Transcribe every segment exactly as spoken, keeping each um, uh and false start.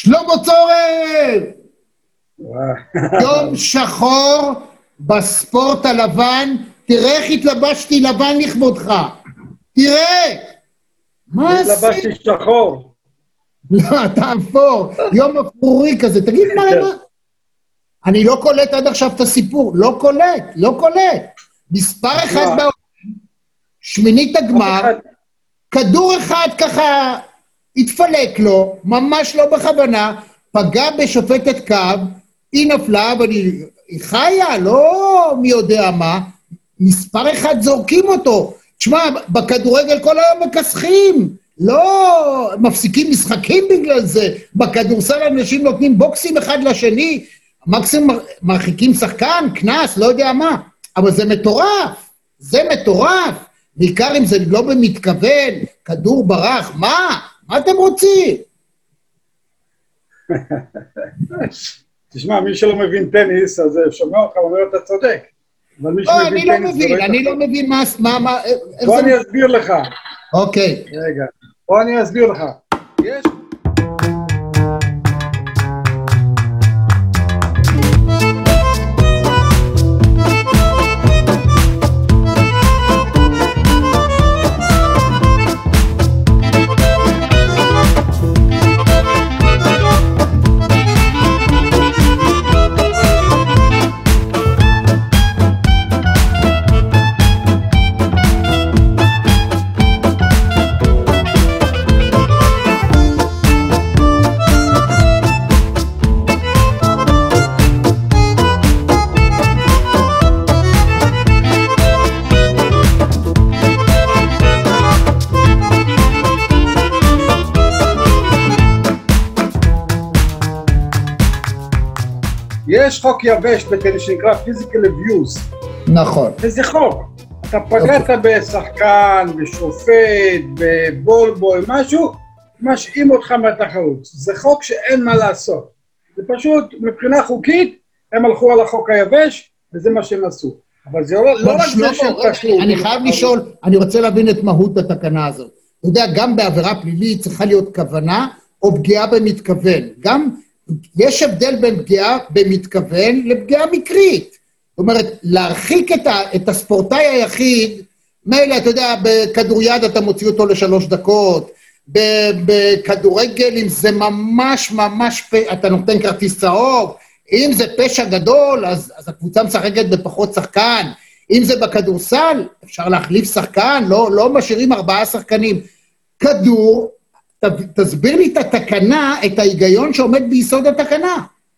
שלמה צורף! יום שחור בספורט הלבן, תראה איך התלבשתי לבן לכבודך. תראה! מה עשית? התלבשתי שחור. לא, אתה אפור. יום אפורי כזה. תגיד מה, מה? אני לא קולט עד עכשיו את הסיפור. לא קולט, לא קולט. מספר אחד בעולם, שמינית הגמר, כדור אחד ככה התפלק לו, ממש לא בכוונה, פגע בשופטת קו, היא נפלה, אבל היא, היא חיה, לא מי יודע מה, מספר אחד זורקים אותו. תשמע, בכדורגל כל היום מכסחים, לא מפסיקים משחקים בגלל זה, בכדורסל אנשים נותנים בוקסים אחד לשני, מקסימום מרחיקים שחקן, כנס, לא יודע מה, אבל זה מטורף, זה מטורף, בעיקר אם זה לא במתכוון, כדור ברח, מה? מה אתם רוצים? תשמע, מי שלא מבין טניס, אז שומע אותך, אומר, אתה צודק. לא, אני לא מבין, אני לא מבין מה, מה... בוא אני אסביר לך. אוקיי. רגע, בוא אני אסביר לך. יש... יש חוק יבש בטניס שנקרא physical abuse. נכון. וזה חוק. אתה פגעת בשחקן, בשופט, בבולבוי, משהו, משאים אותך מהתחרות. זה חוק שאין מה לעשות. זה פשוט, מבחינה חוקית, הם הלכו על החוק היבש, וזה מה שהם עשו. אבל זה לא רק זה שהם פשטו. אני חייב לשאול, אני רוצה להבין את מהות התקנה הזאת. אתה יודע, גם בעבירה פלילית צריכה להיות כוונה, או פגיעה במתכוון. גם... יש הבדל בין פגיעה במתכוון לפגיעה מקרית. זאת אומרת, להרחיק את, ה, את הספורטאי היחיד, מילא, אתה יודע, בכדוריד אתה מוציא אותו לשלוש דקות, בכדורגל, אם זה ממש ממש, אתה נותן כרטיס צהוב, אם זה פשע גדול, אז, אז הקבוצה משחקת בפחות שחקן, אם זה בכדורסל, אפשר להחליף שחקן, לא, לא משאירים ארבעה שחקנים. כדור, תסביר לי את התקנה, את ההיגיון שעומד ביסוד התקנה.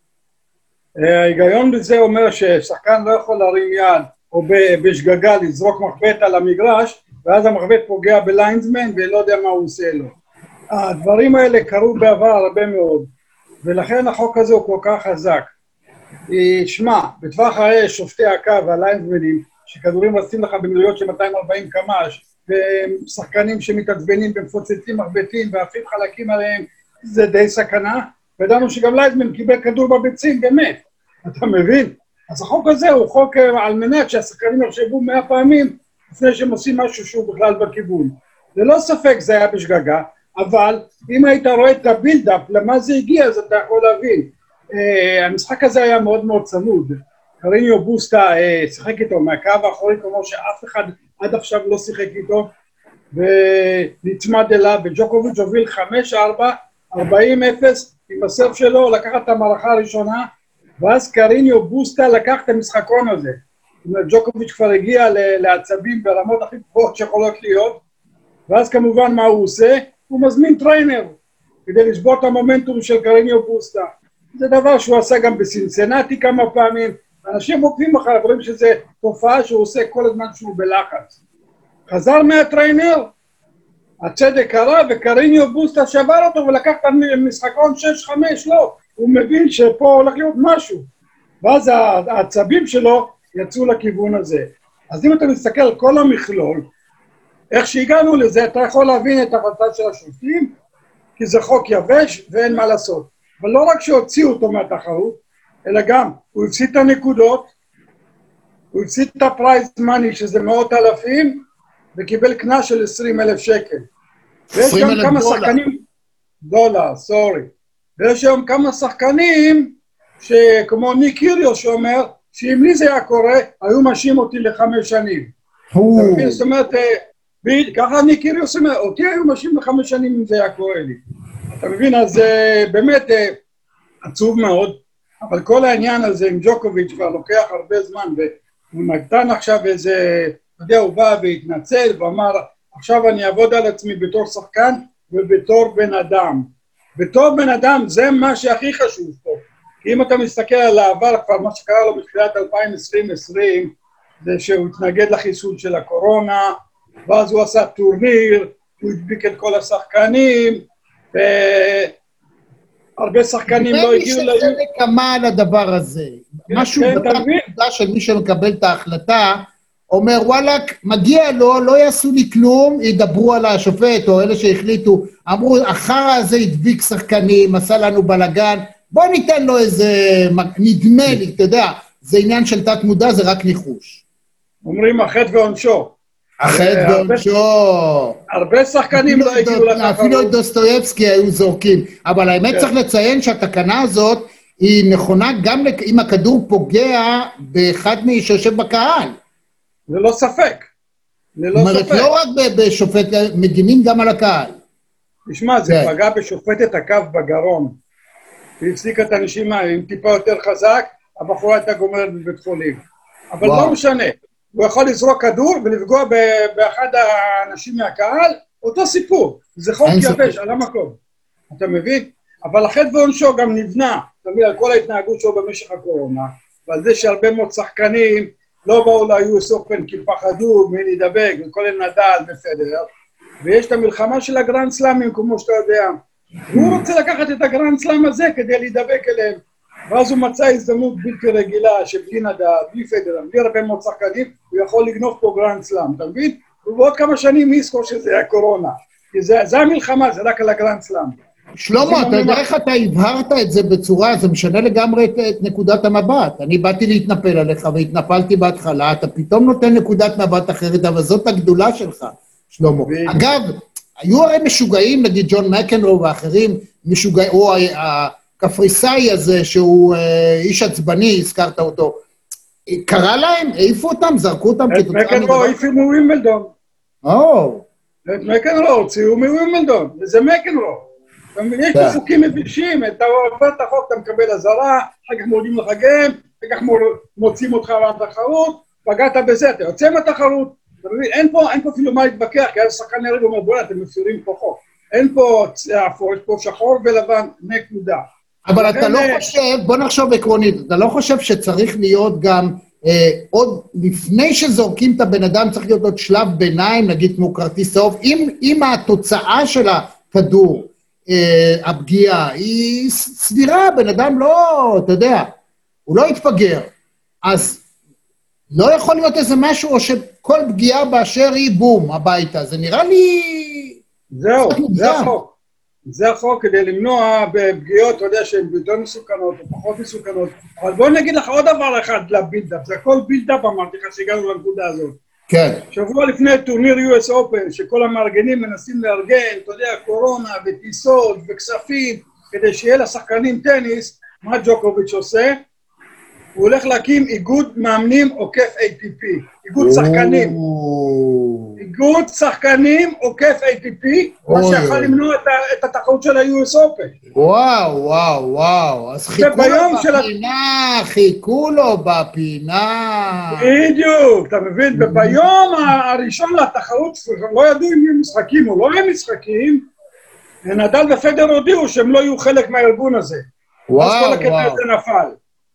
ההיגיון בזה אומר ששחקן לא יכול להרים יד או בשגגה לזרוק מחבט על המגרש, ואז המחבט פוגע בליינסמן ולא יודע מה הוא עושה לו. הדברים האלה קרו בעבר הרבה מאוד, ולכן החוק הזה הוא כל כך חזק. שמע, בטווח האש, שופטי הקו והליינסמנים, שכדורים רצים לך במילויות של מאתיים וארבעים קמ"ש, ושחקנים שמתעצבנים במפוצצים מחבטים ועפים חלקים עליהם, זה די סכנה, ודענו שגם לייזמן קיבל כדור בביצים, באמת, אתה מבין? אז החוק הזה הוא חוק על מנת שהשחקנים יחשבו מאה פעמים לפני שהם עושים משהו שהוא בכלל בכיוון. ללא ספק זה היה בשגגה, אבל אם היית רואה את הבילדאפ, למה זה הגיע, אז אתה יכול להבין. Uh, המשחק הזה היה מאוד מאוד צמוד, קריניו בוסטה uh, שיחק איתו מהקו האחורי כמו שאף אחד עד עכשיו לא שיחק איתו, ונצמד אליו, וג'וקוביץ' הוביל חמש ארבע, ארבעים אפס, עם הסרף שלו, לקח את המערכה הראשונה, ואז קריניו בוסטה לקח את המשחקון הזה. זאת אומרת, ג'וקוביץ' כבר הגיע לעצבים ברמות הכי גבוהות שיכולות להיות, ואז כמובן מה הוא עושה? הוא מזמין טריינר, כדי לשבור את המומנטום של קריניו בוסטה. זה דבר שהוא עשה גם בסינסנטי כמה פעמים, אנשים עוקבים אחריו, רואים שזה תופעה שהוא עושה כל הזמן שהוא בלחץ. חזר מהטריינר, הצדק קרה, וקריניו בוסטה שבר אותו ולקח את המשחקון שש חמש, לא, הוא מבין שפה הולך להיות משהו, ואז העצבים שלו יצאו לכיוון הזה. אז אם אתה מסתכל על כל המכלול, איך שהגענו לזה, אתה יכול להבין את ההחלטה של השופטים, כי זה חוק יבש ואין מה לעשות. אבל לא רק שהוציאו אותו מהתחרות, אלא גם הוא הפסיד את הנקודות, הוא הפסיד את הפרייז מאני שזה מאות אלפים, וקיבל קנס של עשרים אלף שקל. ויש גם כמה שחקנים, דולר, סורי. ויש היום כמה שחקנים, שכמו ניק קיריוס שאומר, שאם לי זה היה קורה, היו משאים אותי לחמש שנים. זאת אומרת, ככה ניק קיריוס אומר, אותי היו משאים לחמש שנים אם זה היה קורה לי. אתה מבין, אז באמת עצוב מאוד, אבל כל העניין הזה עם ג'וקוביץ' כבר לוקח הרבה זמן, והוא נתן עכשיו איזה, אתה יודע, הוא בא והתנצל ואמר, עכשיו אני אעבוד על עצמי בתור שחקן ובתור בן אדם. בתור בן אדם זה מה שהכי חשוב פה. כי אם אתה מסתכל על העבר כבר, מה שקרה לו בתחילת אלפיים עשרים, זה שהוא התנגד לחיסון של הקורונה, ואז הוא עשה טורניר, הוא הדביק את כל השחקנים, והרבה שחקנים לא הגיעו... ומי שזה נקמה על הדבר הזה. משהו בתחילתה של מי שמקבל את ההחלטה, אומר וואלק, מגיע לו, לא יעשו לי כלום, ידברו על השופט או אלה שהחליטו, אמרו, אחר הזה הדביק שחקנים, עשה לנו בלגן, בוא ניתן לו איזה, נדמה לי, אתה יודע, זה עניין של תת מודע, זה רק ניחוש. אומרים החטא ועונשו. החטא ועונשו. הרבה שחקנים לא הגיעו לתחרות. אפילו את דוסטויבסקי היו זורקים, אבל האמת צריך לציין שהתקנה הזאת היא נכונה גם אם הכדור פוגע באחד מי שיושב בקהל. זה לא ספק. זאת אומרת, לא רק בשופט, מגינים גם על הקהל. תשמע, זה פגע בשופטת הקו בגרון. היא הפסיקה את הנשימה, עם טיפה יותר חזק, הבחורה הייתה גומרת בבית חולים. אבל לא משנה, הוא יכול לזרוק כדור ולפגוע באחד האנשים מהקהל, אותו סיפור. זה חוק יבש על המקום. אתה מבין? אבל החטא ועונשו גם נבנה, אתה מבין, על כל ההתנהגות שלו במשך הקורונה, ועל זה שהרבה מאוד שחקנים לא באו ל-יו אס Open כי פחדו מי להידבק, וכל נדל ופדרר, ויש את המלחמה של הגרנד סלאמים, כמו שאתה יודע. הוא רוצה לקחת את הגרנד סלאם הזה כדי להידבק אליהם, ואז הוא מצא הזדמנות בלתי רגילה, שבלי נדל, בלי פדרר, בלי הרבה מאוד שחקנים, הוא יכול לגנוב פה גרנד סלאם, אתה מבין? ובעוד כמה שנים יזכור שזה היה קורונה, כי זה, זה המלחמה, זה רק על הגרנד סלאם. שלמה, אתה יודע איך אתה הבהרת את זה בצורה, זה משנה לגמרי את, את נקודת המבט. אני באתי להתנפל עליך והתנפלתי בהתחלה, אתה פתאום נותן נקודת מבט אחרת, אבל זאת הגדולה שלך, שלמה. אגב, היו הרי משוגעים, נגיד ג'ון מקנרו ואחרים, משוגעים, או הקפריסאי הזה, שהוא אה, איש עצבני, הזכרת אותו. קרה להם? העיפו אותם? זרקו אותם? את מקנרו העיפו מווימבלדון. או. את מקנרו הוציאו מווימבלדון, וזה מקנרו. יש פה חוקים מבישים, אתה עובר את החוק, אתה מקבל הזרה, אחר כך מורידים לך גיים, אחר כך מוצאים אותך מהתחרות, פגעת בזה, אתה יוצא מהתחרות, אין פה אפילו מה להתווכח, כי אז שחקן יריב אומר, בוא'נה, אתם מפירים פה חוק. אין פה אפור, יש פה שחור ולבן, נקודה. אבל אתה לא חושב, בוא נחשוב עקרונית, אתה לא חושב שצריך להיות גם, עוד לפני שזורקים את הבן אדם, צריך להיות עוד שלב ביניים, נגיד כמו כרטיס צהוב, אם התוצאה של הכדור, הפגיעה היא סבירה, בן אדם לא, אתה יודע, הוא לא יתפגר, אז לא יכול להיות איזה משהו, או שכל פגיעה באשר היא בום, הביתה, זה נראה לי... זהו, זה החוק, זה החוק כדי למנוע בפגיעות, אתה יודע שהן יותר מסוכנות, או פחות מסוכנות, אבל בוא נגיד לך עוד דבר אחד לבילדאפ, זה הכל בילדאפ אמרתי לך שהגענו לנקודה הזאת. כן. שבוע לפני טורניר יו אס Open, שכל המארגנים מנסים לארגן, אתה יודע, קורונה וטיסות וכספים, כדי שיהיה לשחקנים טניס, מה ג'וקוביץ' עושה? הוא הולך להקים איגוד מאמנים עוקף איי טי פי, איגוד שחקנים. איגוד שחקנים עוקף איי טי פי, מה שיכול למנוע את התחרות של ה-יו אס Open. וואו, וואו, וואו, אז חיכו לו בפינה, חיכו לו בפינה. בדיוק, אתה מבין? וביום הראשון לתחרות, לא ידעו אם יהיו משחקים או לא יהיו משחקים, נדל ופדר הודיעו שהם לא יהיו חלק מהארגון הזה. וואו, וואו. אז כל הקטע הזה נפל.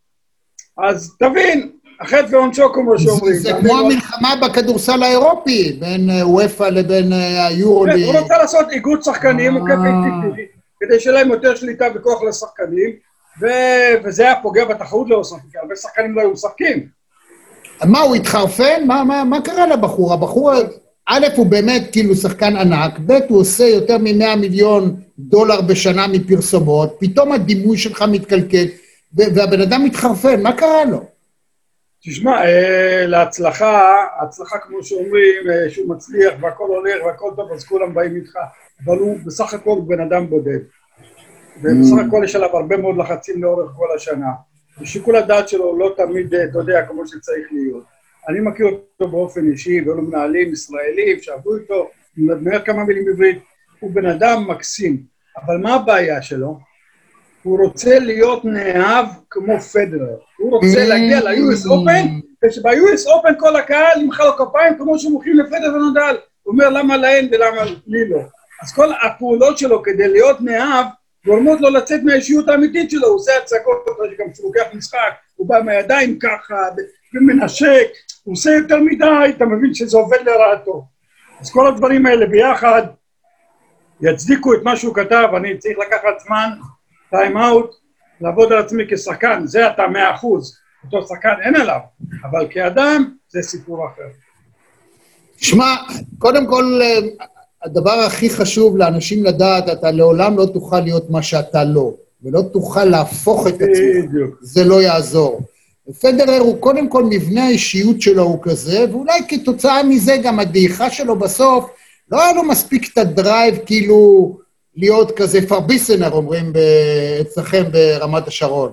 אז תבין, החטא ועונשו כמו שאומרים. זה כמו המלחמה בכדורסל האירופי, בין וופא לבין היורוליג. הוא רוצה לעשות איגוד שחקנים, עוקף איי טי פי, כדי שיהיה להם יותר שליטה וכוח לשחקנים, וזה היה פוגע בתחרות לא שחקים, הרבה שחקנים לא היו משחקים. מה, הוא התחרפן? מה קרה לבחור? הבחור, א', הוא באמת כאילו שחקן ענק, ב', הוא עושה יותר מ-מאה מיליון דולר בשנה מפרסומות, פתאום הדימוי שלך מתקלקל, והבן אדם מתחרפן, מה קרה לו? תשמע, להצלחה, הצלחה כמו שאומרים, שהוא מצליח והכל הולך והכל טוב, אז כולם באים איתך, אבל הוא בסך הכל בן אדם בודד. ובסך הכל יש עליו הרבה מאוד לחצים לאורך כל השנה. ושיקול הדעת שלו לא תמיד, אתה יודע, כמו שצריך להיות. אני מכיר אותו באופן אישי, והוא מנהלים ישראלים שעבדו איתו, הוא מדבר כמה מילים בעברית, הוא בן אדם מקסים. אבל מה הבעיה שלו? הוא רוצה להיות נאהב כמו פדרר. הוא רוצה להגיע ל-יו אס Open, ושב-יו אס Open כל הקהל ימחא לו כפיים כמו שמוחאים לפדרר ונדל. הוא אומר למה להן ולמה לי לא. אז כל הפעולות שלו כדי להיות נאהב, גורמות לו לצאת מהאישיות האמיתית שלו, הוא עושה הצגות, גם כשהוא לוקח משחק, הוא בא מהידיים ככה, ומנשק, הוא עושה יותר מדי, אתה מבין שזה עובד לרעתו. אז כל הדברים האלה ביחד, יצדיקו את מה שהוא כתב, אני צריך לקחת זמן, טיים אאוט, לעבוד על עצמי כשחקן, זה אתה מאה אחוז, אותו שחקן אין עליו, אבל כאדם זה סיפור אחר. שמע, קודם כל, הדבר הכי חשוב לאנשים לדעת, אתה לעולם לא תוכל להיות מה שאתה לא, ולא תוכל להפוך את עצמך, זה לא יעזור. פדרר הוא קודם כל מבנה האישיות שלו הוא כזה, ואולי כתוצאה מזה גם הדעיכה שלו בסוף, לא היה לו מספיק את הדרייב כאילו להיות כזה פרביסנר, אומרים אצלכם ברמת השרון.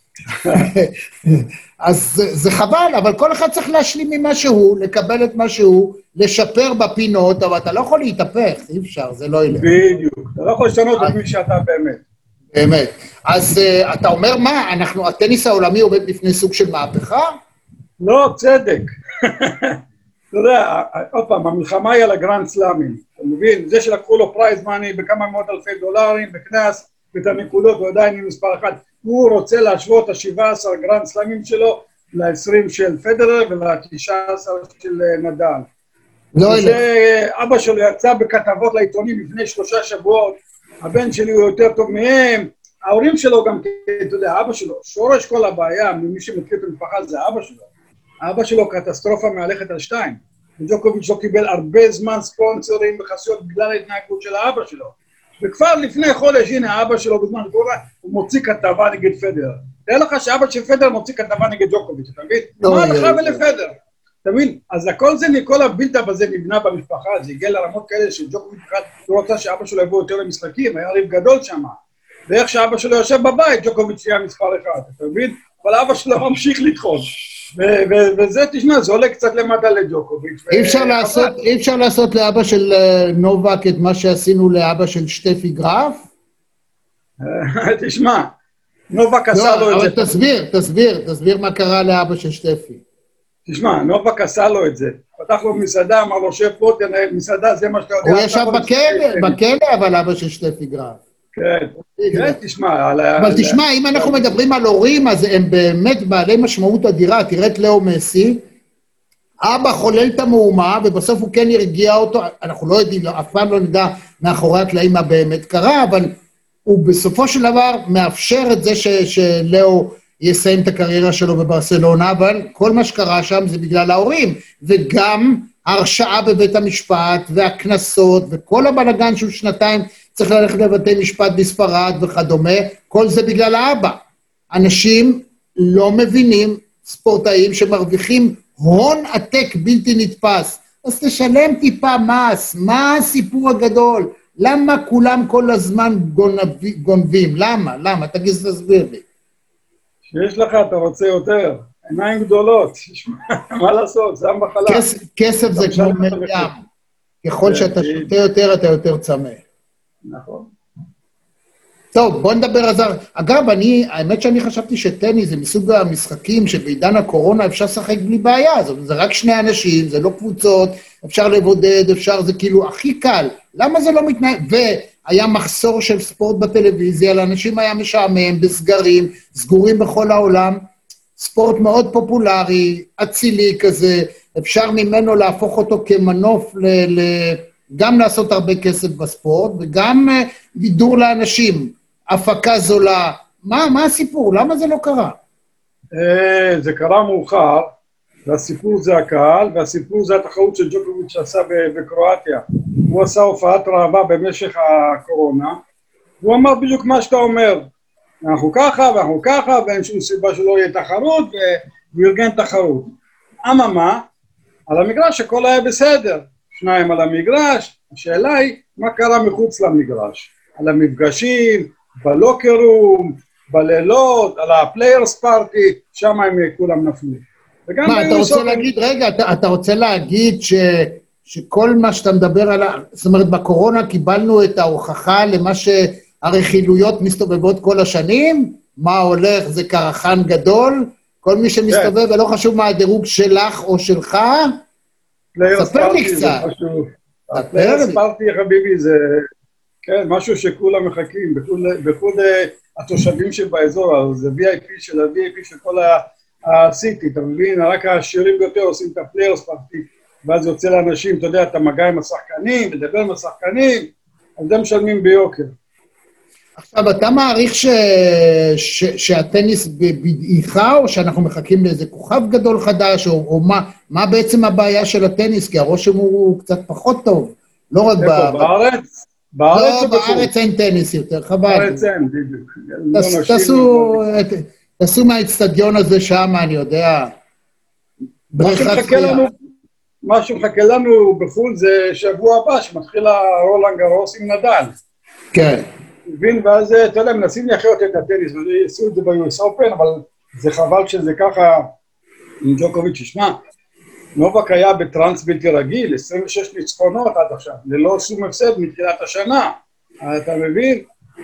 אז זה, זה חבל, אבל כל אחד צריך להשלים ממה שהוא, לקבל את מה שהוא, לשפר בפינות, אבל אתה לא יכול להתהפך, אי אפשר, זה לא ילך. בדיוק, אתה לא יכול לשנות את מי שאתה באמת. באמת. אז uh, אתה אומר מה, אנחנו, הטניס העולמי עובד בפני סוג של מהפכה? לא, צדק. אתה יודע, עוד פעם, המלחמה היא על הגרנד סלאמים, אתה מבין? זה שלקחו לו פרייז מאני בכמה מאות אלפי דולרים, בכנס, ואת הנקודות, הוא עדיין עם מספר אחד. הוא רוצה להשוות את ה-שבעה עשר גרנד סלאמים שלו ל-עשרים של פדרר ול-תשע עשרה של נדל. לא אלך. אבא שלו יצא בכתבות לעיתונים לפני שלושה שבועות, הבן שלי הוא יותר טוב מהם, ההורים שלו גם, אתה יודע, אבא שלו, שורש כל הבעיה, ממי שמכיר את המשפחה זה אבא שלו. אבא שלו קטסטרופה מהלכת על שתיים. וג'וקוביץ' לא קיבל הרבה זמן ספונסרים וחסויות בגלל ההתנהגות של האבא שלו. וכבר לפני חודש, הנה האבא שלו בזמן קורונה, הוא מוציא כתבה נגד פדרר. תראה לך שאבא של פדרר מוציא כתבה נגד ג'וקוביץ', אתה מבין? מה לך ולפדרר? אתה מבין? אז הכל זה, כל הבילטאפ הזה נבנה במשפחה, זה הגיע לרמות כאלה שג'וקוביץ' לא רוצה שאבא שלו יבוא יותר למשחקים, היה ריב גדול שם. ואיך שאבא שלו יושב בבית, ג'וקוביץ' יהיה מספר אחד, אתה מבין? אבל אבא שלו ממשיך לדחות. וזה, תשמע, זה עולה קצת למטה לג'וקוביץ'. אי אפשר לעשות לאבא של נובק את מה שעשינו לאבא של שטפי גרף? תשמע, נובק עשה לו את זה. אבל תסביר, תסביר, תסביר מה קרה לאבא של שטפי. תשמע, נובק עשה לו את זה. פתח לו מסעדה, אמר לו שף פה, תנהל מסעדה, זה מה שאתה יודע. הוא ישב בכלא, בכלא אבל אבא של שטפי גרף. כן, כן, תשמע. אבל תשמע, אם אנחנו מדברים על הורים, אז הם באמת בעלי משמעות אדירה. תראה את לאו מסי, אבא חולל את המהומה, ובסוף הוא כן הרגיע אותו, אנחנו לא יודעים, אף פעם לא נדע מאחורי הקלעים מה באמת קרה, אבל הוא בסופו של דבר מאפשר את זה שלאו יסיים את הקריירה שלו בברסלונה, אבל כל מה שקרה שם זה בגלל ההורים, וגם הרשעה בבית המשפט, והכנסות, וכל הבלגן שהוא שנתיים, צריך ללכת לבתי משפט בספרד וכדומה, כל זה בגלל האבא. אנשים לא מבינים, ספורטאים שמרוויחים הון עתק בלתי נתפס, אז תשלם טיפה מס, מה הסיפור הגדול? למה כולם כל הזמן גונבים? למה? למה? תגיד, תסביר לי. שיש לך, אתה רוצה יותר. עיניים גדולות, מה לעשות? זה המחלה. כסף זה כמו מי ים. ככל שאתה שותה יותר, אתה יותר צמא. נכון. טוב, בוא נדבר על זה. אגב, אני, האמת שאני חשבתי שטניס זה מסוג המשחקים שבעידן הקורונה אפשר לשחק בלי בעיה, זה, זה רק שני אנשים, זה לא קבוצות, אפשר לבודד, אפשר, זה כאילו הכי קל. למה זה לא מתנהג? והיה מחסור של ספורט בטלוויזיה, לאנשים היה משעמם, בסגרים, סגורים בכל העולם, ספורט מאוד פופולרי, אצילי כזה, אפשר ממנו להפוך אותו כמנוף ל... ל גם לעשות הרבה כסף בספורט, וגם בידור לאנשים, הפקה זולה. מה, מה הסיפור? למה זה לא קרה? זה קרה מאוחר, והסיפור זה הקהל, והסיפור זה התחרות של ג'וקוביץ' עשה בקרואטיה. הוא עשה הופעת ראווה במשך הקורונה, הוא אמר בדיוק מה שאתה אומר, אנחנו ככה ואנחנו ככה, ואין שום סיבה שלא יהיה תחרות, והוא ארגן תחרות. אממה, על המגרש הכל היה בסדר. שניים על המגרש, השאלה היא, מה קרה מחוץ למגרש? על המפגשים, בלוקרום, בלילות, על הפליירס פארטי, שם הם כולם נפלו. מה, אתה רוצה להגיד, רגע, אתה, אתה רוצה להגיד ש, שכל מה שאתה מדבר עליו, זאת אומרת, בקורונה קיבלנו את ההוכחה למה שהרכילויות מסתובבות כל השנים, מה הולך זה קרחן גדול, כל מי שמסתובב, ולא חשוב מה הדירוג שלך או שלך, ספר לי קצת. הפליירס פארטי, חביבי, זה כן, משהו שכולם מחכים, בכל התושבים שבאזור, זה וי איי פי של ה-וי איי פי של כל הסיטי, אתה מבין? רק העשירים ביותר עושים את הפליירס פארטי, ואז יוצא לאנשים, אתה יודע, אתה מגע עם השחקנים, מדבר עם השחקנים, אז הם משלמים ביוקר. עכשיו, אתה מעריך ש... ש... שהטניס בדעיכה, או שאנחנו מחכים לאיזה כוכב גדול חדש, או, או מה, מה בעצם הבעיה של הטניס? כי הרושם הוא קצת פחות טוב, לא רק איפה, ב... בארץ? בארץ לא, בארץ אין טניס יותר, חבל. בארץ אין, בדיוק. תס, תעשו, תעשו מהאצטדיון הזה שם, אני יודע, בריכת שחייה. מה שמחכה לנו בחו"ל זה שבוע הבא, שמתחיל הרולנד גרוס עם נדל. כן. מבין, ואז, אתה יודע, מנסים להחיות את הטניס, ועשו את זה ב-יו אס Open, אבל זה חבל שזה ככה עם ג'וקוביץ'. ישמע, נובק היה בטרנס בלתי רגיל, עשרים ושש ניצחונות עד עכשיו, ללא שום הפסד מתחילת השנה, אתה מבין?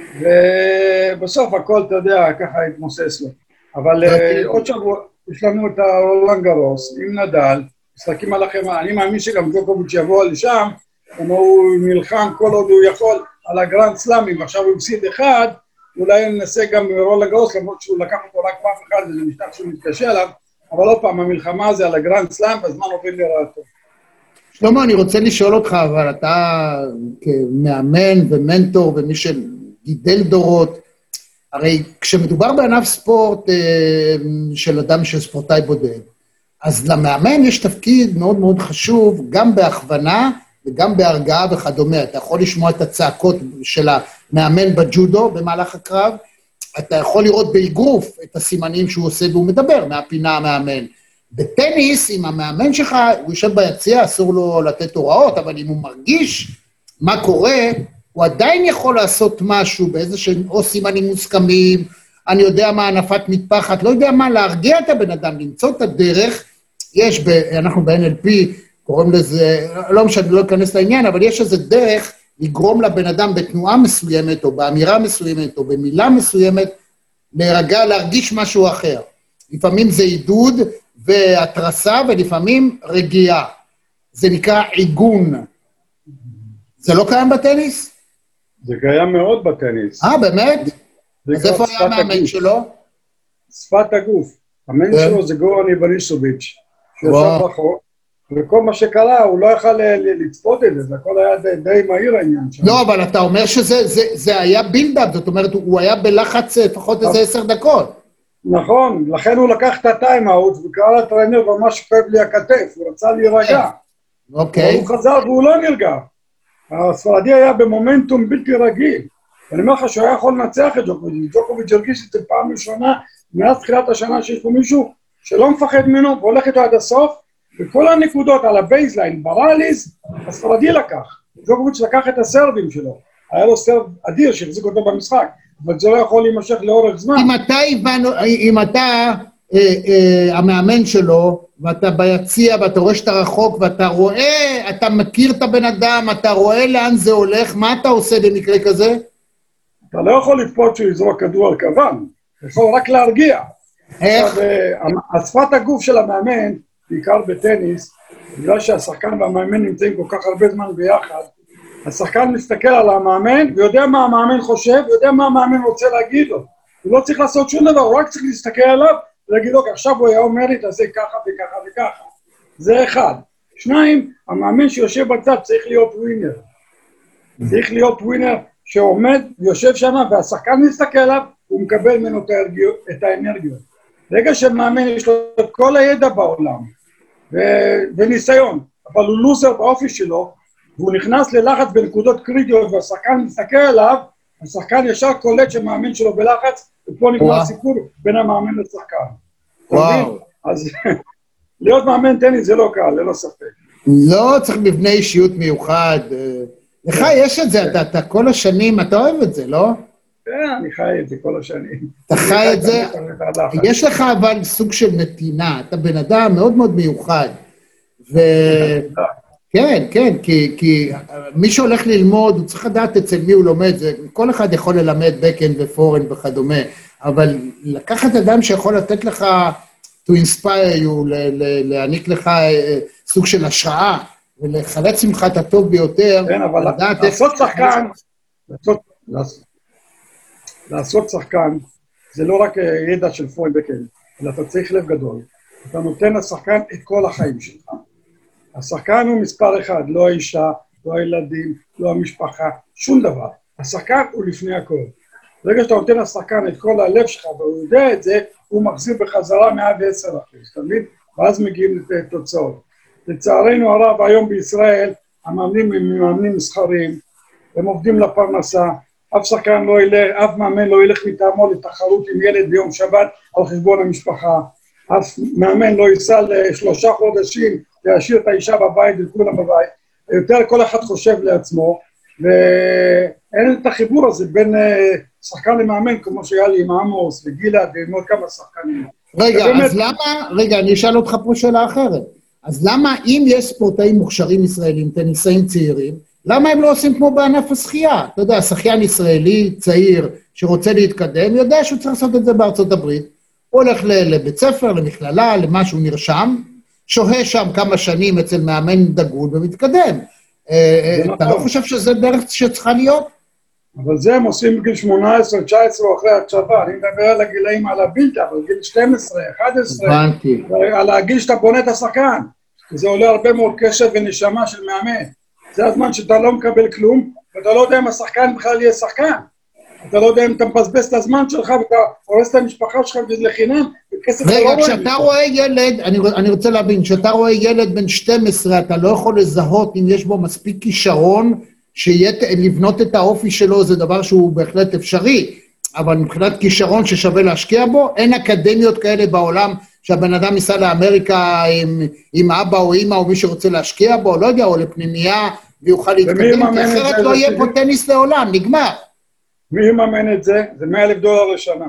ובסוף הכל, אתה יודע, ככה התמוסס לו. אבל עוד שבוע, יש לנו את הרולנד גרוס עם נדל, משחקים על החמה, אני מאמין שגם ג'וקוביץ' יבוא לשם, כמו הוא נלחם כל עוד הוא יכול על הגרנד סלאמים, עכשיו הוא הפסיד אחד, אולי ננסה גם רולנד גרוס, למרות שהוא לקח אותו רק פעם אחת, וזה משטח שהוא מתקשה עליו, אבל לא פעם, המלחמה הזה על הגרנד סלאם, והזמן עובד לרעתו. שלמה, אני רוצה לשאול אותך, אבל אתה כמאמן ומנטור ומי שגידל דורות, הרי כשמדובר בענף ספורט של אדם של ספורטאי בודד, אז למאמן יש תפקיד מאוד מאוד חשוב, גם בהכוונה וגם בהרגעה וכדומה. אתה יכול לשמוע את הצעקות של המאמן בג'ודו במהלך הקרב, אתה יכול לראות באגרוף את הסימנים שהוא עושה והוא מדבר מהפינה המאמן. בטניס, אם המאמן שלך, הוא יושב ביציע, אסור לו לתת הוראות, אבל אם הוא מרגיש מה קורה, הוא עדיין יכול לעשות משהו באיזה שהם או סימנים מוסכמים, אני יודע מה, הנפת מטפחת, לא יודע מה, להרגיע את הבן אדם, למצוא את הדרך. יש, ב, אנחנו ב-אן אל פי, קוראים לזה, לא משנה, לא אכנס לעניין, אבל יש איזה דרך לגרום לבן אדם בתנועה מסוימת, או באמירה מסוימת, או במילה מסוימת, להרגע, להרגיש משהו אחר. לפעמים זה עידוד והתרסה, ולפעמים רגיעה. זה נקרא עיגון. זה לא קיים בטניס? זה קיים מאוד בטניס. אה, באמת? אז איפה היה המאמן שלו? שפת הגוף. המאמן שלו זה גורן איבנישוביץ'. שישב בחור. וכל מה שקרה, הוא לא יכל לצפות את זה, זה הכל היה די מהיר העניין שם. לא, אבל אתה אומר שזה זה, זה היה בילדאפ, זאת אומרת, הוא היה בלחץ לפחות איזה עשר דקות. נכון, לכן הוא לקח את הטיים-אוט, וקרא לטריינר ממש כואב לי הכתף, הוא רצה להירגע. אוקיי. הוא חזר והוא לא נרגע. הספרדי היה במומנטום בלתי רגיל. אני אומר לך שהוא היה יכול לנצח את ג'וקוביץ', ג'וקוביץ' הרגיש את זה פעם ראשונה, מאז תחילת השנה שיש פה מישהו שלא מפחד ממנו, והולך איתו עד הסוף, וכל הנקודות על הבייסליין, בראליז, הספרדי לקח. ג'וקוביץ' לקח את הסרבים שלו. היה לו סרב אדיר שהחזיק אותו במשחק, אבל זה לא יכול להימשך לאורך זמן. אם אתה, אם אתה אה, אה, המאמן שלו, ואתה ביציע, ואתה רואה שאתה רחוק, ואתה רואה, אתה מכיר את הבן אדם, אתה רואה לאן זה הולך, מה אתה עושה במקרה כזה? אתה לא יכול לצפות שהוא יזרוק כדור על כוון, אתה יכול רק להרגיע. איך? השפת הגוף של המאמן, בעיקר בטניס, בגלל שהשחקן והמאמן נמצאים כל כך הרבה זמן ביחד, השחקן מסתכל על המאמן, ויודע מה המאמן חושב, ויודע מה המאמן רוצה להגיד לו. הוא לא צריך לעשות שום דבר, הוא רק צריך להסתכל עליו, ולהגיד לו, עכשיו הוא היה אומר לי, תעשה ככה וככה וככה. זה אחד. שניים, המאמן שיושב בצד צריך להיות ווינר. צריך להיות ווינר שעומד ויושב שם, והשחקן מסתכל עליו, הוא מקבל ממנו את האנרגיות. רגע שמאמן יש לו את כל הידע בעולם, ו- וניסיון, אבל הוא לוזר באופי שלו, והוא נכנס ללחץ בנקודות קריטיות, והשחקן מסתכל עליו, השחקן ישר קולט שמאמן שלו בלחץ, ופה נגמר סיפור בין המאמן לשחקן. וואו. אז להיות מאמן טניס זה לא קל, ללא ספק. לא צריך מבנה אישיות מיוחד. לך יש את זה, אתה, אתה כל השנים, אתה אוהב את זה, לא? אני חי את זה כל השנים. אתה חי את זה, יש לך אבל סוג של נתינה, אתה בן אדם מאוד מאוד מיוחד, וכן, כן, כי, כי מי שהולך ללמוד, הוא צריך לדעת אצל מי הוא לומד, זה, כל אחד יכול ללמד בקן ופורן וכדומה, אבל לקחת אדם שיכול לתת לך, to inspire you, להעניק לך סוג של השראה, ולחלץ ממך את הטוב ביותר, כן, אבל לעשות שחקן, לעשות שחקן, זה לא רק ידע של פורן בקן, אלא אתה צריך לב גדול. אתה נותן לשחקן את כל החיים שלך. השחקן הוא מספר אחד, לא האישה, לא הילדים, לא המשפחה, שום דבר. השחקן הוא לפני הכל. ברגע שאתה נותן לשחקן את כל הלב שלך, והוא יודע את זה, הוא מחזיר בחזרה מאה ועשר אחוז, תמיד, ואז מגיעים לתוצאות. לצערנו הרב, היום בישראל, המאמנים הם מאמנים מסחריים, הם עובדים לפרנסה, אף שחקן לא ילך, אף מאמן לא ילך מטעמו לתחרות עם ילד ביום שבת על חשבון המשפחה, אף מאמן לא ייסע לשלושה חודשים להשאיר את האישה בבית וכולם בבית, יותר כל אחד חושב לעצמו, ואין את החיבור הזה בין שחקן למאמן, כמו שהיה לי עם עמוס וגילד ועם עוד כמה שחקנים. רגע, ובאמת... אז למה, רגע, אני אשאל אותך פה שאלה אחרת, אז למה אם יש ספורטאים מוכשרים ישראלים, טניסאים צעירים, למה הם לא עושים כמו בענף השחייה? אתה יודע, שחיין ישראלי צעיר שרוצה להתקדם, יודע שהוא צריך לעשות את זה בארצות הברית, הוא הולך לבית ספר, למכללה, למה שהוא נרשם, שוהה שם כמה שנים אצל מאמן דגול ומתקדם. אתה לא חושב שזה דרך שצריכה להיות? אבל זה הם עושים בגיל שמונה עשרה, תשע עשרה או אחרי הצבא, אני מדבר על הגילאים על הבלתי, אבל גיל שתים עשרה, אחת עשרה, על הגיל שאתה בונה את השחקן, זה עולה הרבה מאוד קשב ונשמה של מאמן. זה הזמן שאתה לא מקבל כלום, ואתה לא יודע אם השחקן בכלל יהיה שחקן. אתה לא יודע אם אתה מבזבז את הזמן שלך, ואתה הורס את המשפחה שלך וזה לחינם, וכסף אתה לא רואה. רגע, כשאתה רואה ילד, אני, אני רוצה להבין, כשאתה רואה ילד בן שתים עשרה, אתה לא יכול לזהות אם יש בו מספיק כישרון, שיהיה לבנות את האופי שלו, זה דבר שהוא בהחלט אפשרי, אבל מבחינת כישרון ששווה להשקיע בו, אין אקדמיות כאלה בעולם, שהבן אדם ייסע לאמריקה עם, עם אבא או אמא או מי שרוצה להשקיע בו, לא יודע, או לפנימייה, ויוכל להתקדם, כי אחרת לא יהיה פה טניס לעולם, נגמר. מי יממן את זה? זה מאה אלף דולר לשנה.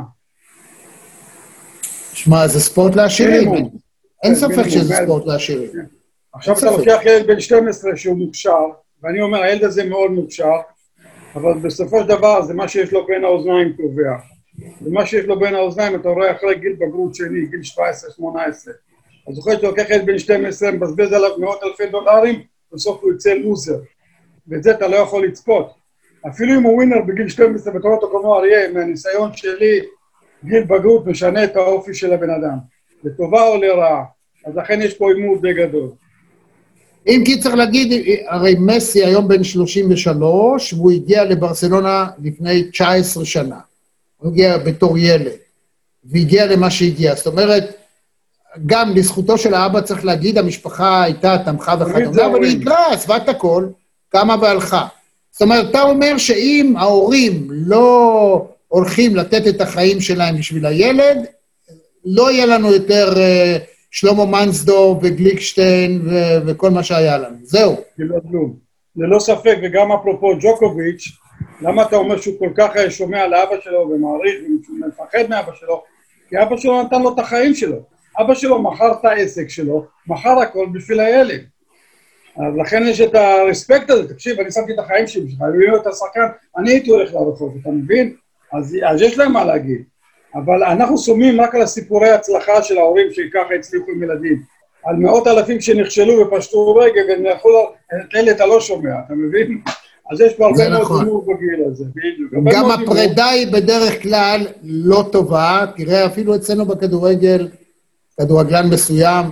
שמע, זה ספורט לעשירים. אין ספק שזה ספורט לעשירים. עכשיו אתה לוקח ילד בן שתים עשרה שהוא מוכשר, ואני אומר, הילד הזה מאוד מוכשר, אבל בסופו של דבר זה מה שיש לו בין האוזניים קובע. ומה שיש לו בין האוזניים, אתה רואה אחרי גיל בגרות שני, גיל שבע עשרה שמונה עשרה. אז זוכר שאתה לוקח ילד בן שתים עשרה, מבזבז עליו מאות אלפי דולרים, בסוף הוא יצא לוזר. ואת זה אתה לא יכול לצפות. אפילו אם הוא ווינר בגיל שתים עשרה, בתור אותו כמו אריה, מהניסיון שלי, גיל בגרות משנה את האופי של הבן אדם. לטובה או לרעה. אז לכן יש פה אימות די גדול. אם כי צריך להגיד, הרי מסי היום בן שלושים ושלוש, והוא הגיע לברסלונה לפני תשע עשרה שנה. הוא הגיע בתור ילד, והגיע למה שהגיע. זאת אומרת, גם לזכותו של האבא צריך להגיד, המשפחה הייתה תמכה וכדומה, אבל היא התגרה, עזבה את הכל, קמה והלכה. זאת אומרת, אתה אומר שאם ההורים לא הולכים לתת את החיים שלהם בשביל הילד, לא יהיה לנו יותר uh, שלמה מנסדור וגליקשטיין ו- וכל מה שהיה לנו. זהו. ללא כלום. ללא ספק, וגם אפרופו ג'וקוביץ', למה אתה אומר שהוא כל כך שומע לאבא שלו ומעריך ומפחד מאבא שלו? כי אבא שלו נתן לו את החיים שלו. אבא שלו מכר את העסק שלו, מכר הכל בשביל הילד. אז לכן יש את הרספקט הזה, תקשיב, אני שמתי את החיים שלי בשביל, אני רואה את השחקן, אני הייתי הולך לרחוב, אתה מבין? אז, אז יש להם מה להגיד. אבל אנחנו שומעים רק על הסיפורי ההצלחה של ההורים שככה הצליחו עם ילדים. על מאות אלפים שנכשלו ופשטו רגל, ונחו את אלה אתה לא שומע, אתה מבין? אז יש פה הרבה מאוד דמות בגיל הזה. גם הפרידה היא בדרך כלל לא טובה, תראה אפילו אצלנו בכדורגל, כדורגלן מסוים,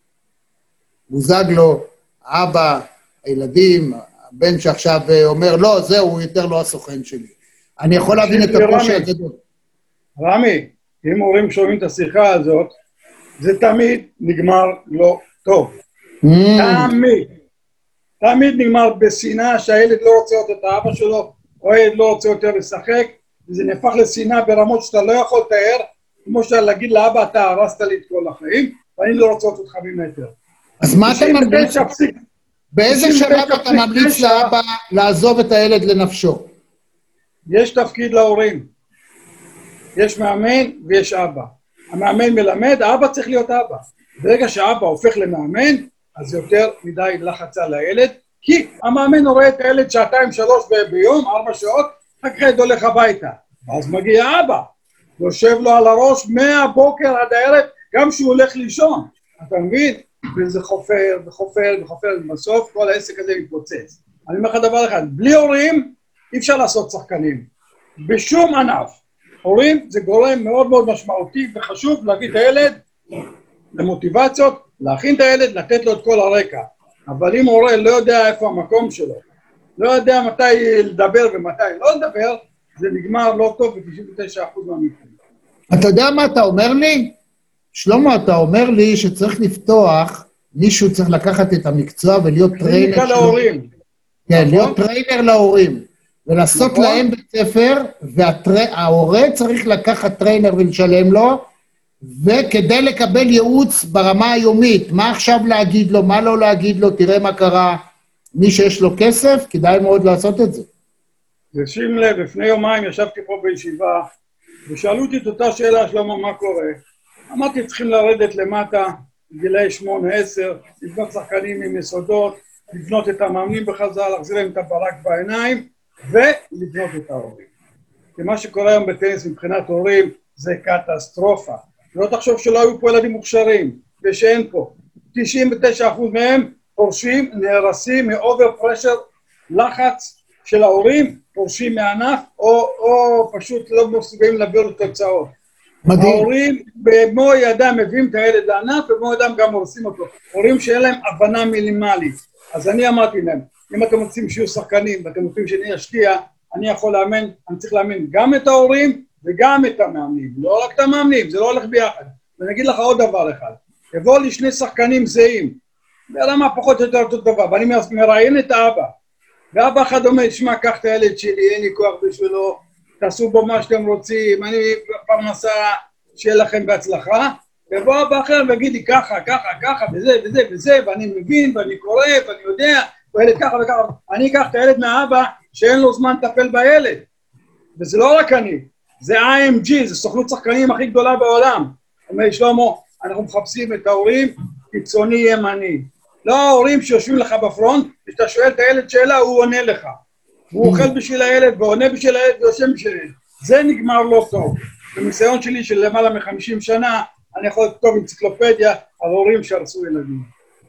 בוזגלו, אבא, הילדים, הבן שעכשיו אומר, לא, זהו, הוא יותר לא הסוכן שלי. אני יכול להבין את הקושי הגדול. רמי, אם הורים שומעים את השיחה הזאת, זה תמיד נגמר לא טוב. תמיד. תמיד נגמר בשנאה שהילד לא רוצה יותר את האבא שלו, או הילד לא רוצה יותר לשחק, וזה נהפך לשנאה ברמות שאתה לא יכול לתאר, כמו שאתה להגיד לאבא, אתה הרסת לי את כל החיים, ואני לא רוצה אותך ממטר. אז מה אתה ממליץ? באיזה שלב אתה ממליץ לאבא לעזוב את הילד לנפשו? יש תפקיד להורים. יש מאמן ויש אבא. המאמן מלמד, האבא צריך להיות אבא. ברגע שהאבא הופך למאמן, אז יותר מדי לחץ על הילד, כי המאמן רואה את הילד שעתיים, שלוש ביום, ארבע שעות, אחר כך הולך הביתה. אז מגיע אבא, יושב לו על הראש מהבוקר עד הערב, גם שהוא הולך לישון. אתה מבין? וזה חופר וחופר וחופר, ובסוף כל העסק הזה מתפוצץ. אני אומר לך דבר אחד, בלי הורים אי אפשר לעשות שחקנים. בשום ענף. הורים זה גורם מאוד מאוד משמעותי וחשוב להביא את הילד למוטיבציות, להכין את הילד, לתת לו את כל הרקע. אבל אם הורה לא יודע איפה המקום שלו, לא יודע מתי לדבר ומתי לא לדבר, זה נגמר לא טוב ב-תשעים ותשעה אחוז מהמקרים. אתה יודע מה אתה אומר לי? שלמה, אתה אומר לי שצריך לפתוח, מישהו צריך לקחת את המקצוע ולהיות טריינר. קליניקה להורים. כן, להיות טריינר להורים. ולעשות להם בית ספר, וההורה צריך לקחת טריינר ולשלם לו, וכדי לקבל ייעוץ ברמה היומית, מה עכשיו להגיד לו, מה לא להגיד לו, תראה מה קרה. מי שיש לו כסף, כדאי מאוד לעשות את זה. ושים לב, לפני יומיים ישבתי פה בישיבה, ושאלו אותי את אותה שאלה, שלמה, מה קורה? אמרתי, צריכים לרדת למטה, גילאי שמונה, עשר, לבנות שחקנים עם יסודות, לבנות את המאמנים בחזרה, להחזיר להם את הברק בעיניים, ולבנות את ההורים. כי מה שקורה היום בטניס מבחינת הורים, זה קטסטרופה. לא תחשוב שלא היו פה ילדים מוכשרים, ושאין פה. תשעים ותשעה אחוז מהם פורשים, נהרסים מאובר פרשר, לחץ של ההורים, פורשים מענף, או, או פשוט לא מסוגלים להביא לתוצאות. מדהים. ההורים במו ידם מביאים את הילד לענף, ובמו ידם גם הורסים אותו. הורים שאין להם הבנה מינימלית. אז אני אמרתי להם, אם אתם רוצים שיהיו שחקנים, ואתם רוצים שאני אשקיע, אני יכול לאמן, אני צריך לאמן גם את ההורים, וגם את המאמנים. לא רק את המאמנים, זה לא הולך ביחד. ואני אגיד לך עוד דבר אחד. יבוא לי שני שחקנים זהים, ברמה פחות או יותר אותו דבר, ואני מראיין את האבא. ואבא אחד אומר, שמע, קח את הילד שלי, אין לי כוח בשבילו, תעשו בו מה שאתם רוצים, אני פרנסה, שיהיה לכם בהצלחה. ובוא אבא אחר ויגיד לי ככה, ככה, ככה, וזה, וזה, וזה, ואני מבין, ואני קורא, ואני יודע, וילד ככה וככה. אני אקח את הילד מהאבא, שאין לו זמן לטפל בילד. וזה לא רק אני, זה איי אם ג'י, זה סוכנות שחקנים הכי גדולה בעולם. אומר שלמה, אנחנו מחפשים את ההורים קיצוני ימני. לא ההורים שיושבים לך בפרונט, כשאתה שואל את הילד שאלה, הוא עונה לך. הוא אוכל בשביל הילד, ועונה בשביל הילד, ויושב בשביל הילד. זה נגמר לא טוב. בניסיון שלי של למעלה מ-חמישים שנה, אני יכול לכתוב אנציקלופדיה על הורים שהרסו ילדים.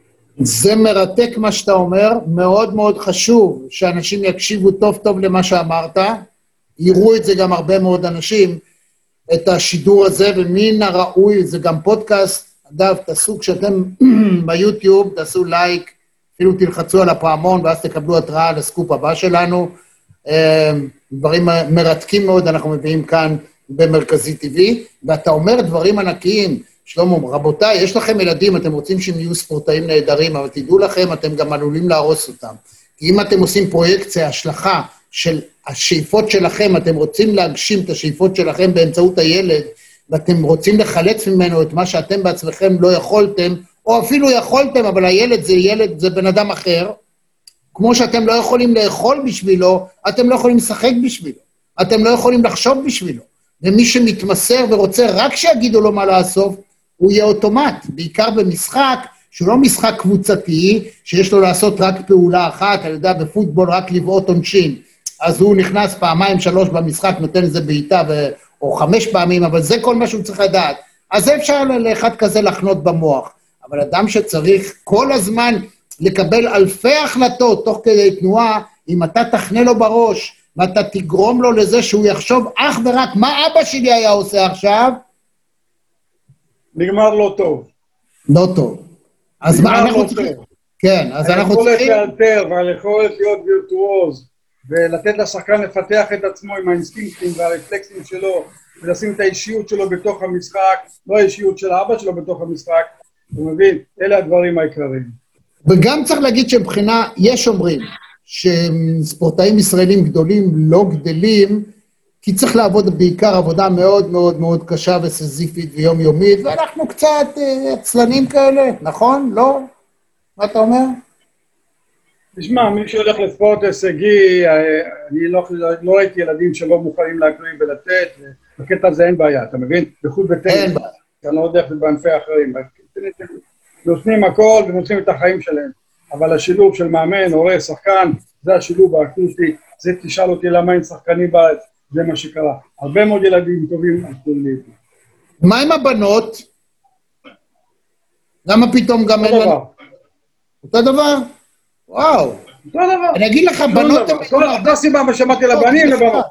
זה מרתק מה שאתה אומר, מאוד מאוד חשוב שאנשים יקשיבו טוב טוב למה שאמרת, יראו את זה גם הרבה מאוד אנשים, את השידור הזה, ומן הראוי, זה גם פודקאסט, אגב, תעשו כשאתם ביוטיוב, תעשו לייק, אפילו תלחצו על הפעמון, ואז תקבלו התראה על הסקופ הבא שלנו, דברים מרתקים מאוד אנחנו מביאים כאן במרכזי טבעי, ואתה אומר דברים ענקיים, שלמה, רבותיי, יש לכם ילדים, אתם רוצים שהם יהיו ספורטאים נהדרים, אבל תדעו לכם, אתם גם עלולים להרוס אותם. כי אם אתם עושים פרויקציה, השלכה של השאיפות שלכם, אתם רוצים להגשים את השאיפות שלכם באמצעות הילד, ואתם רוצים לחלץ ממנו את מה שאתם בעצמכם לא יכולתם, או אפילו יכולתם, אבל הילד זה ילד, זה בן אדם אחר, כמו שאתם לא יכולים לאכול בשבילו, אתם לא יכולים לשחק בשבילו, אתם לא יכולים לחשוב בשבילו, ומי שמתמסר ורוצה רק שיגידו לו מה לעשות, הוא יהיה אוטומט, בעיקר במשחק, שהוא לא משחק קבוצתי, שיש לו לעשות רק פעולה אחת, אני יודע, בפוטבול רק לבעוט עונשין, אז הוא נכנס פעמיים שלוש במשחק, נותן איזה בעיטה, ו... או חמש פעמים, אבל זה כל מה שהוא צריך לדעת. אז אפשר לאחד כזה לחנות במוח, אבל אדם שצריך כל הזמן לקבל אלפי החלטות תוך כדי תנועה, אם אתה תכנה לו בראש, ואתה תגרום לו לזה שהוא יחשוב אך ורק מה אבא שלי היה עושה עכשיו, נגמר לא טוב. לא טוב. אז מה אנחנו לא צריכים? כן, אז אנחנו צריכים... צריכים... לאלתר ועל יכולת להיות וירטואוז, ולתת לשחקן לפתח את עצמו עם האינסטינקטים והרפלקסים שלו, ולשים את האישיות שלו בתוך המשחק, לא האישיות של האבא שלו בתוך המשחק, הוא מבין? אלה הדברים העיקריים. וגם צריך להגיד שבחינה, יש אומרים, שספורטאים ישראלים גדולים לא גדלים, כי צריך לעבוד בעיקר עבודה מאוד מאוד מאוד קשה וסזיפית ויומיומית, ואנחנו קצת עצלנים כאלה, נכון? לא? מה אתה אומר? תשמע, מי שהולך לספורט הישגי, אני לא, לא ראיתי ילדים שלא מוכנים להקריב ולתת, בקטע הזה אין בעיה, אתה מבין? בייחוד בטניס. אין בעיה. אני לא יודע איך זה בענפי אחרים. נותנים הכל ונותנים את החיים שלהם. אבל השילוב של מאמן, הורה, שחקן, זה השילוב האקוסטי. זה תשאל אותי למה אין שחקנים בארץ, זה מה שקרה. הרבה מאוד ילדים טובים עשו לי. מה עם הבנות? למה פתאום גם אין... אותו דבר? וואו. אותו דבר. אני אגיד לך, בנות... אותה סיבה מה שמעתי לבנים לבנות.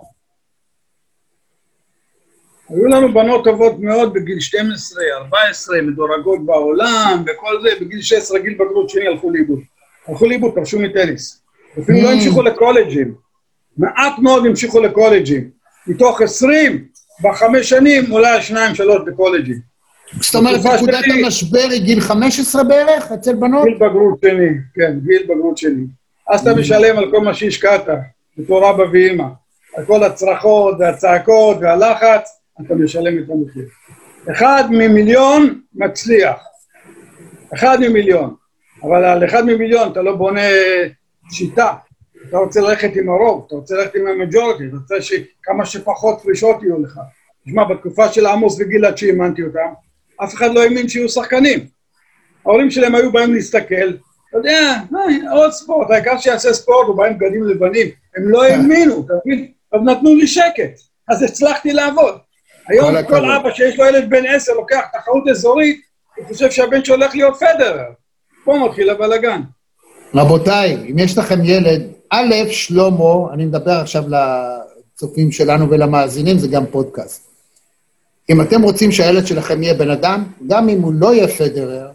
היו לנו בנות טובות מאוד בגיל שתים עשרה, ארבע עשרה, מדורגות בעולם, וכל זה, בגיל שש עשרה, גיל בגרות שני, הלכו לאיבוד. הלכו לאיבוד, פרשו מטניס. אפילו לא המשיכו לקולג'ים. מעט מאוד המשיכו לקולג'ים. מתוך עשרים, בחמש שנים, אולי שניים, שלוש בקולג'ים. זאת אומרת, נקודת המשבר היא גיל חמש עשרה בערך, אצל בנות? גיל בגרות שני, כן, גיל בגרות שני. אז אתה משלם על כל מה שהשקעת, בתור אבא ואמא. על כל הצרחות והצעקות והלחץ, אתה משלם את המחיר. אחד ממיליון מצליח. אחד ממיליון. אבל על אחד ממיליון אתה לא בונה שיטה. אתה רוצה ללכת עם הרוב, אתה רוצה ללכת עם המג'ורטי, אתה רוצה שכמה שפחות פרישות יהיו לך. תשמע, בתקופה של עמוס וגלעד שהאמנתי אותם, אף אחד לא האמין שיהיו שחקנים. ההורים שלהם היו באים להסתכל, אתה יודע, עוד ספורט, העיקר שיעשה ספורט, הוא באים בגדים לבנים, הם לא האמינו, אתה מבין? אז נתנו לי שקט, אז הצלחתי לעבוד. היום כל אבא שיש לו ילד בן עשר לוקח תחרות אזורית, הוא חושב שהבן שהולך להיות פדרר. פה מתחיל הבלגן. רבותיי, אם יש לכם ילד, א', שלמה, אני מדבר עכשיו לצופים שלנו ולמאזינים, זה גם פודקאסט. אם אתם רוצים שהילד שלכם יהיה בן אדם, גם אם הוא לא יהיה פדרר,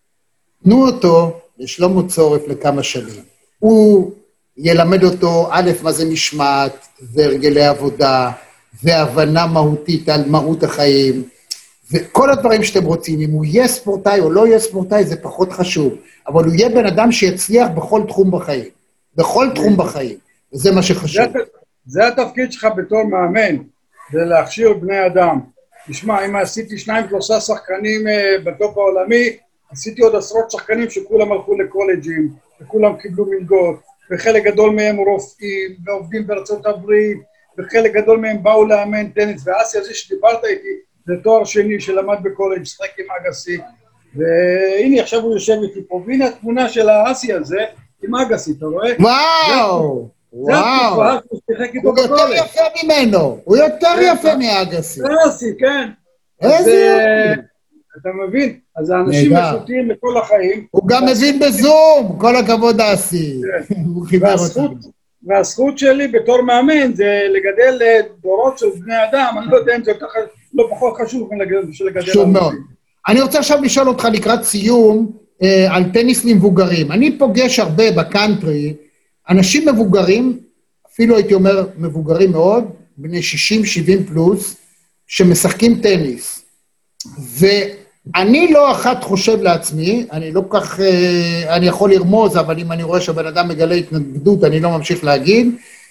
תנו אותו לשלמה צורף לכמה שנים. הוא ילמד אותו, א', מה זה משמעת, והרגלי עבודה, והבנה מהותית על מהות החיים, וכל הדברים שאתם רוצים. אם הוא יהיה ספורטאי או לא יהיה ספורטאי, זה פחות חשוב. אבל הוא יהיה בן אדם שיצליח בכל תחום בחיים. בכל תחום בחיים. וזה מה שחשוב. זה, זה התפקיד שלך בתור מאמן, זה להכשיר בני אדם. תשמע, אם עשיתי שניים, שלושה שחקנים uh, בטופ העולמי, עשיתי עוד עשרות שחקנים שכולם הלכו לקולג'ים, וכולם קיבלו מלגות, וחלק גדול מהם רופאים, ועובדים בארצות הברית, וחלק גדול מהם באו לאמן טניס, ואסי הזה שדיברת איתי, זה תואר שני שלמד בקולג', שחק עם אגסי, והנה עכשיו הוא יושב איתי פה, והנה התמונה של האסי הזה, עם אגסי, אתה רואה? וואו! וואו! הוא יותר יפה ממנו, הוא יותר יפה מאגסי. זה אסי, כן. איזה יופי. אתה מבין? אז האנשים איכותיים לכל החיים. הוא גם מבין בזום, כל הכבוד אסי. הוא חיבר אותנו. והזכות שלי בתור מאמן זה לגדל דורות של בני אדם, אני לא יודע אם זה יותר לא פחות חשוב לגדל. חשוב מאוד. אני רוצה עכשיו לשאול אותך לקראת סיום על טניס למבוגרים. אני פוגש הרבה בקאנטרי, אנשים מבוגרים, אפילו הייתי אומר מבוגרים מאוד, בני שישים שבעים פלוס, שמשחקים טניס. ואני לא אחת חושב לעצמי, אני לא כך, אני יכול לרמוז, אבל אם אני רואה שהבן אדם מגלה התנגדות, אני לא ממשיך להגיד.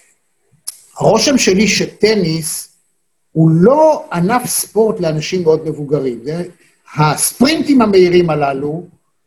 הרושם שלי שטניס הוא לא ענף ספורט לאנשים מאוד מבוגרים. הספרינטים המהירים הללו,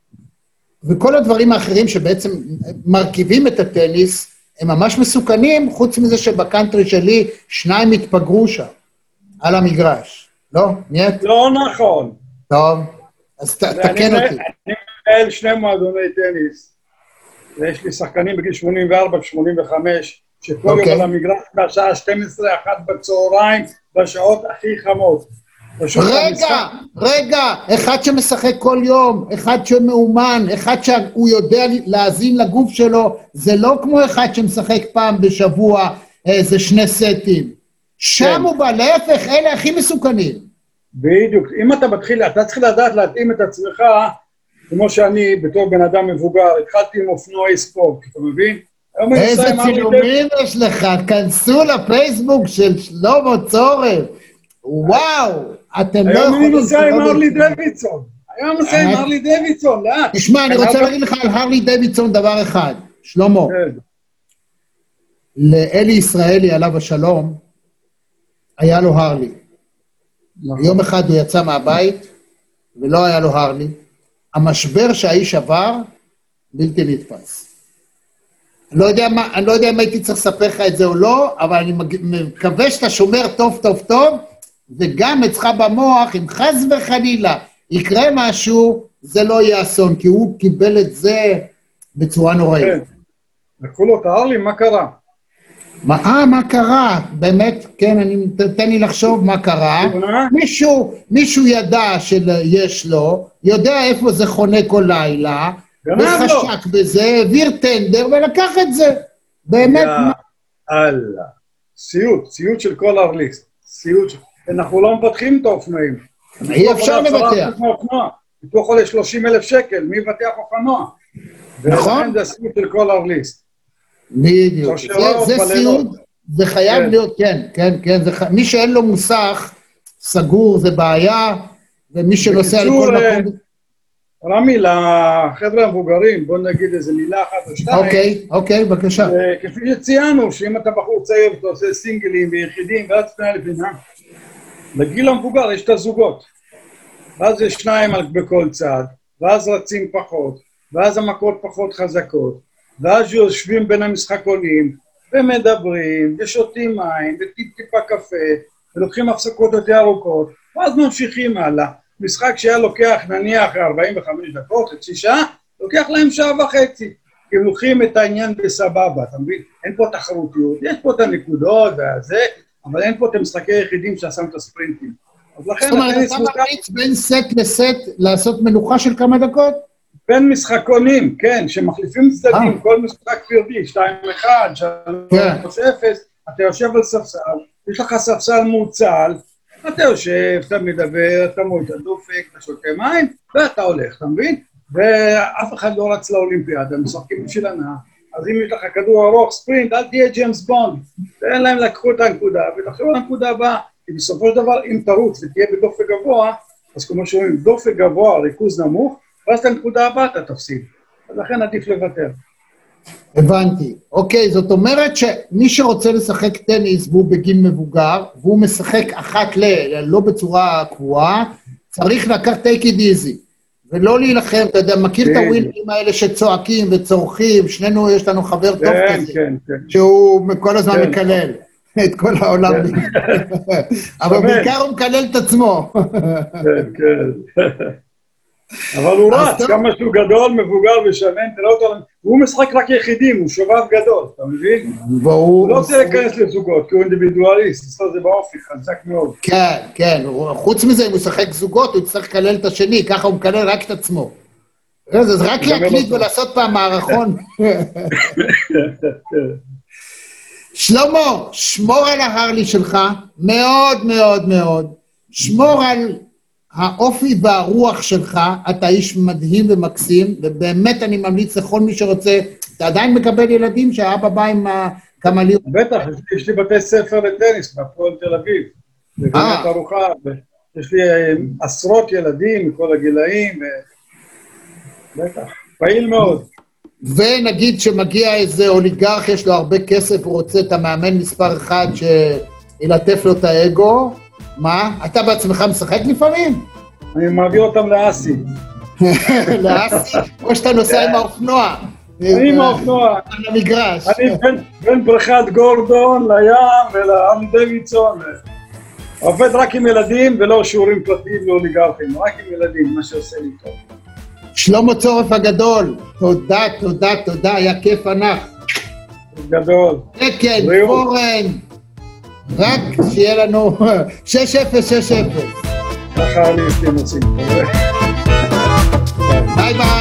וכל הדברים האחרים שבעצם מרכיבים את הטניס, הם ממש מסוכנים, חוץ מזה שבקאנטרי שלי שניים התפגרו שם, על המגרש. לא? נהיית? לא נכון. טוב, אז תקן אותי. אני מנהל שני מועדוני טניס, ויש לי שחקנים בגיל שמונים וארבע ו-שמונים וחמש, שכל יום על המגרש בשעה שתים עשרה אחת בצהריים, בשעות הכי חמות. רגע, רגע, אחד שמשחק כל יום, אחד שמאומן, אחד שהוא יודע להאזין לגוף שלו, זה לא כמו אחד שמשחק פעם בשבוע איזה שני סטים. שם הוא בא, להפך, אלה הכי מסוכנים. בדיוק, אם אתה מתחיל, אתה צריך לדעת להתאים את עצמך, כמו שאני בתור בן אדם מבוגר, התחלתי עם אופנועי ספורט, אתה מבין? איזה צילומים יש לך, כנסו לפייסבוק של שלמה צורף. וואו, אתם לא יכולים... היום אני נוסע עם הרלי דוידסון. היום נוסע עם הרלי דוידסון, לאט. תשמע, אני רוצה להגיד לך על הרלי דוידסון דבר אחד. שלמה, לאלי ישראלי עליו השלום, היה לו הרלי. יום אחד הוא יצא מהבית, ולא היה לו הרלי. המשבר שהאיש עבר, בלתי נתפס. אני לא יודע מה, אני לא יודע אם הייתי צריך לספר לך את זה או לא, אבל אני מקווה שאתה שומר טוב טוב טוב, וגם אצלך במוח, אם חס וחלילה יקרה משהו, זה לא יהיה אסון, כי הוא קיבל את זה בצורה נוראית. כן. וכולו, תאר לי, מה קרה? מה, אה, מה קרה? באמת, כן, אני, תן לי לחשוב מה קרה. מישהו, מישהו ידע שיש לו, יודע איפה זה חונה כל לילה, וחשק בזה, העביר טנדר ולקח את זה. באמת. אללה. סיוט, סיוט של כל ארליסט. סיוט. אנחנו לא מפתחים את האופנועים. אי אפשר לבטח. פיתוח עולה שלושים אלף שקל, מי יבטח אופנוע? נכון? זה סיוט של כל ארליסט. בדיוק. זה סיוט, זה חייב להיות, כן, כן, כן. מי שאין לו מוסך, סגור, זה בעיה, ומי שנוסע לכל מקום... רמי, לחבר'ה המבוגרים, בוא נגיד איזה מילה אחת או שתיים. אוקיי, אוקיי, בבקשה. כפי שציינו, שאם אתה בחור צעיר ואתה עושה סינגלים ויחידים, ואז פנה לפינה, לגיל המבוגר יש את הזוגות. ואז יש שניים בכל צד, ואז רצים פחות, ואז המכות פחות חזקות, ואז יושבים בין המשחקונים, ומדברים, ושותים מים, וטיפ-טיפה קפה, ולוקחים הפסקות יותר ארוכות, ואז ממשיכים הלאה. משחק שהיה לוקח נניח ארבעים וחמש דקות, חצי שעה, לוקח להם שעה וחצי. כי הם לוקחים את העניין בסבבה, אתה מבין? אין פה תחרותיות, יש פה את הנקודות והזה, אבל אין פה את המשחקי היחידים שעשם את הספרינטים. אז לכן... זאת אומרת, אתה מרחיץ בין סט לסט לעשות מנוחה של כמה דקות? בין משחקונים, כן, שמחליפים צדדים, כל משחק פירדי, שתיים אחד, שלוש אפס, אתה יושב על ספסל, יש לך ספסל מוצל, אתה יושב, אתה מדבר, אתה מועד את הדופק, אתה שותה מים, ואתה הולך, אתה מבין? ואף אחד לא רץ לאולימפיאדה, משחקים בשביל הנאה, אז אם יש לך כדור ארוך, ספרינט, אל תהיה ג'יימס בונד, ואין להם לקחו את הנקודה, ותחשוב על הנקודה הבאה, כי בסופו של דבר, אם תרוץ ותהיה בדופק גבוה, אז כמו שאומרים, דופק גבוה, ריכוז נמוך, ואז את הנקודה הבאה אתה תפסיד, אז לכן עדיף לוותר. הבנתי. אוקיי, זאת אומרת שמי שרוצה לשחק טניס והוא בגיל מבוגר, והוא משחק אחת ל... לא בצורה קבועה, צריך לקחת take it easy, ולא להילחם, אתה יודע, מכיר את הווילרים האלה שצועקים וצורכים, שנינו יש לנו חבר טוב כזה, שהוא כל הזמן מקלל את כל העולם, אבל בעיקר הוא מקלל את עצמו. כן, כן. אבל הוא רץ, כמה שהוא גדול, מבוגר ושמן, תראה אותו, הוא משחק רק יחידים, הוא שובב גדול, אתה מבין? הוא לא רוצה להיכנס לזוגות, כי הוא אינדיבידואליסט, זה באופי, חזק מאוד. כן, כן, חוץ מזה, אם הוא שחק זוגות, הוא צריך לקלל את השני, ככה הוא מקלל רק את עצמו. אז רק להקליט ולעשות פעם מערכון. שלמה, שמור על ההרלי שלך, מאוד מאוד מאוד, שמור על... האופי והרוח שלך, אתה איש מדהים ומקסים, ובאמת אני ממליץ לכל מי שרוצה, אתה עדיין מקבל ילדים שהאבא בא עם כמה לירות? בטח, יש לי בתי ספר לטניס, בהפועל תל אביב, בגנת ארוחה, יש לי עשרות ילדים מכל הגילאים, בטח, פעיל מאוד. ונגיד שמגיע איזה אוליגרך, יש לו הרבה כסף, הוא רוצה את המאמן מספר אחד שילטף לו את האגו, מה? אתה בעצמך משחק לפעמים? אני מעביר אותם לאסי. לאסי? או שאתה נוסע עם האופנוע? אני עם האופנוע. על המגרש. אני בין בריכת גורדון לים ולעם דוידסון. עובד רק עם ילדים ולא שיעורים פרטיים לאוליגרכים, רק עם ילדים, מה שעושה לי טוב. שלמה צורף הגדול, תודה, תודה, תודה, היה כיף ענק. גדול. כן, פורן. רק שיהיה לנו שש אפס, שש אפס. ככה אני עושים עושים. ביי ביי.